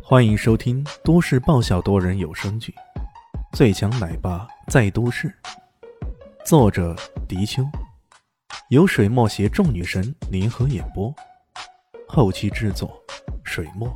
欢迎收听都市爆笑多人有声剧《最强奶爸在都市》，作者：迪秋，由水墨携众女神联合演播，后期制作：水墨。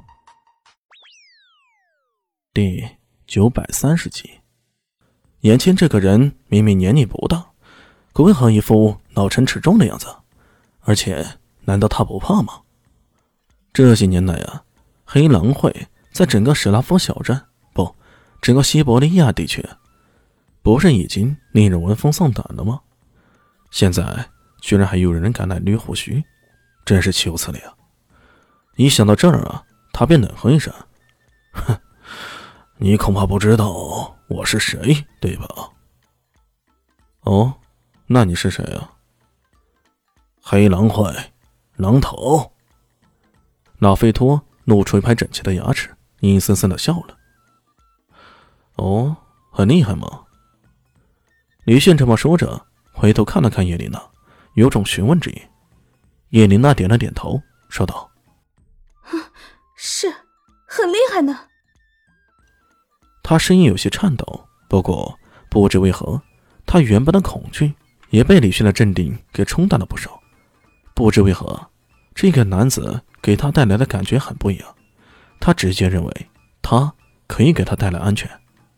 第930集。眼前这个人明明年龄不大，可为何一副老成持重的样子？而且难道他不怕吗？这些年来啊，黑狼会在整个史拉夫小镇，不，整个西伯利亚地区，不是已经令人闻风丧胆了吗？现在居然还有人敢来捋胡须，真是岂有此理啊！一想到这儿啊，他便冷哼一声：“哼，你恐怕不知道我是谁，对吧？”“哦，那你是谁啊？”“黑狼会狼头。”老费托露出一排整齐的牙齿，阴森森的笑了。“哦，很厉害吗？”李炫这么说着，回头看了看叶琳娜，有种询问之意。叶琳娜点了点头，说道：“ 是，很厉害呢。” 她声音有些颤抖，不过不知为何，她原本的恐惧也被李炫的镇定给冲淡了不少。不知为何，这个男子给他带来的感觉很不一样，他直接认为他可以给他带来安全。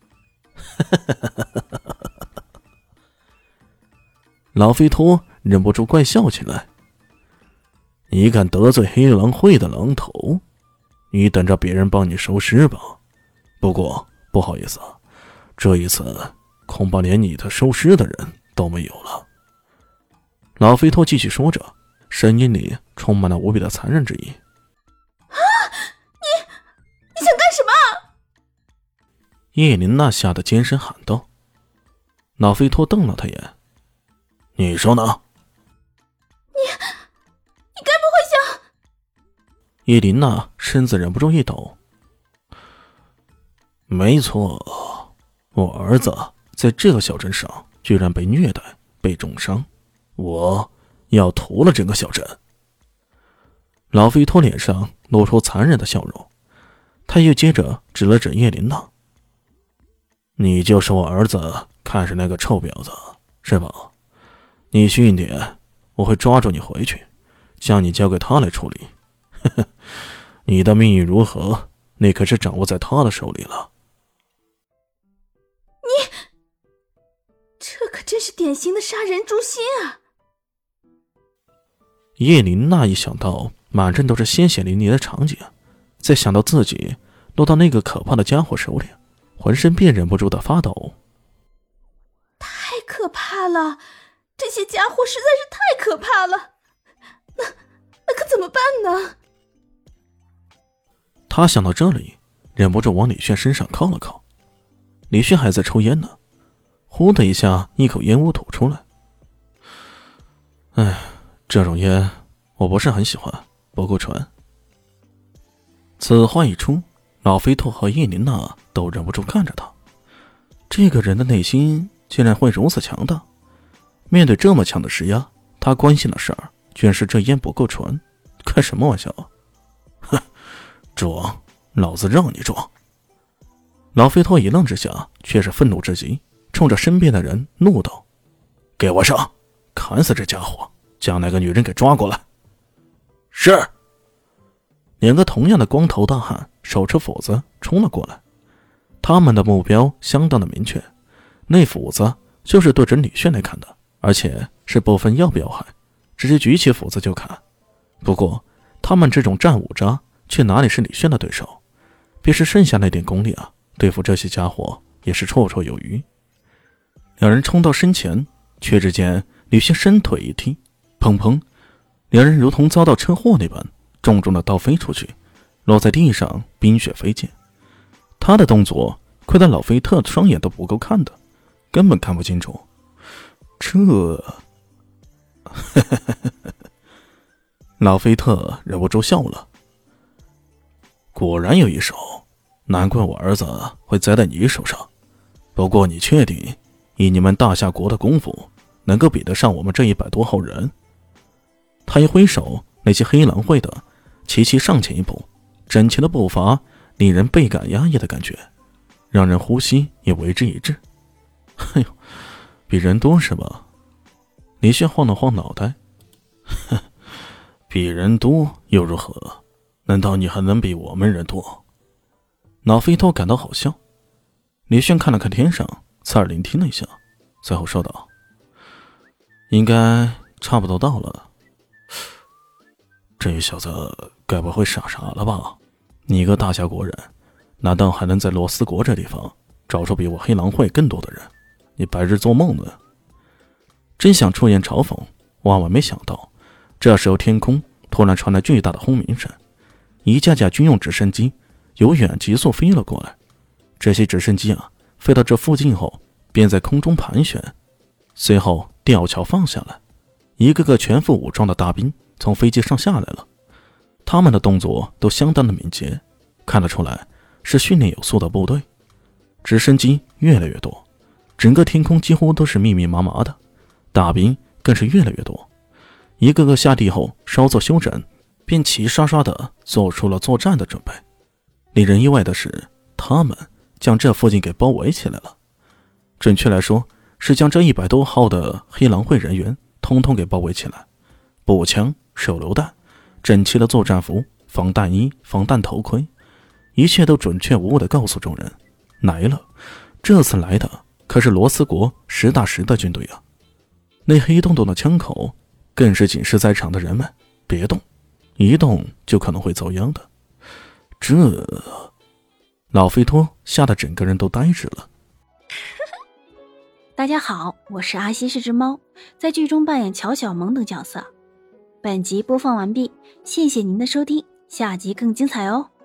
老费托忍不住怪笑起来：“你敢得罪黑狼会的狼头，你等着别人帮你收尸吧。不过不好意思啊，这一次恐怕连你的收尸的人都没有了。”老费托继续说着，声音里充满了无比的残忍之意。 “啊，你想干什么？” 叶琳娜吓得尖声喊道。老费托瞪了他眼：“你说呢？”“ 你该不会想……” 叶琳娜身子忍不住一抖。“没错，我儿子在这个小镇上居然被虐待，被重伤，我要屠了整个小镇。”老费托脸上露出残忍的笑容，他又接着指了指叶琳娜：“你就是我儿子看上那个臭婊子，是吧？你逊一点，我会抓住你回去，将你交给他来处理。呵呵，你的命运如何，那可是掌握在他的手里了。”“ 这可真是典型的杀人诛心啊！” 叶琳娜一想到满镇都是鲜血淋漓的场景，再想到自己落到那个可怕的家伙手里，浑身便忍不住的发抖。 太可怕了，这些家伙实在是太可怕了。那可怎么办呢？ 他想到这里，忍不住往李炫身上靠了靠。李炫还在抽烟呢，呼的一下，一口烟雾吐出来。“哎，这种烟我不是很喜欢，不够纯。”此话一出，老菲托和叶琳娜都忍不住看着他。这个人的内心竟然会如此强大，面对这么强的施压，他关心的事儿居然是这烟不够纯，开什么玩笑啊！哼，装，老子让你装！老菲托一愣之下，却是愤怒至极，冲着身边的人怒道：“给我上，砍死这家伙，将那个女人给抓过来！”“是。”两个同样的光头大汉手持斧子冲了过来，他们的目标相当的明确，那斧子就是对准李炫来砍的，而且是不分要不要害，直接举起斧子就砍。不过他们这种战五渣却哪里是李炫的对手，便是剩下那点功力啊，对付这些家伙也是绰绰有余。两人冲到身前，却只见李炫伸腿一踢，砰砰，两人如同遭到车祸那般，重重的倒飞出去，落在地上，冰雪飞溅。他的动作亏得老菲特双眼都不够看的，根本看不清楚。老菲特忍不住笑了：“果然有一手，难怪我儿子会栽在你手上。不过你确定以你们大夏国的功夫，能够比得上我们这100多号人？”他一挥手，那些黑狼会的齐齐上前一步，整齐的步伐令人倍感压抑的感觉，让人呼吸也为之一滞。哎呦，比人多是吧？李炫晃了晃脑袋，哼，比人多又如何？难道你还能比我们人多？老飞头感到好笑。李炫看了看天上，侧耳聆听了一下，随后说道：应该差不多到了。这小子该不会傻了吧？你个大夏国人，难道还能在罗斯国这地方找出比我黑狼会更多的人？你白日做梦呢？真想出言嘲讽，万万没想到，这时候天空突然传来巨大的轰鸣声，一架架军用直升机由远急速飞了过来。这些直升机飞到这附近后，便在空中盘旋，随后吊桥放下来，一个个全副武装的大兵从飞机上下来了。他们的动作都相当的敏捷，看得出来是训练有素的部队。直升机越来越多，整个天空几乎都是密密麻麻的，大兵更是越来越多。一个个下地后稍作休整，便齐刷刷地做出了作战的准备。令人意外的是，他们将这附近给包围起来了。准确来说，是将这100多号的黑狼会人员通通给包围起来，步枪、手榴弹、整齐的作战服、防弹衣、防弹头盔，一切都准确无误地告诉众人，来了，这次来的可是罗斯国实打实的军队啊！那黑洞洞的枪口更是警示在场的人们，别动，一动就可能会遭殃的。老飞托吓得整个人都呆滞了。 大家好，我是阿西是只猫，在剧中扮演乔小萌等角色。本集播放完毕，谢谢您的收听，下集更精彩哦。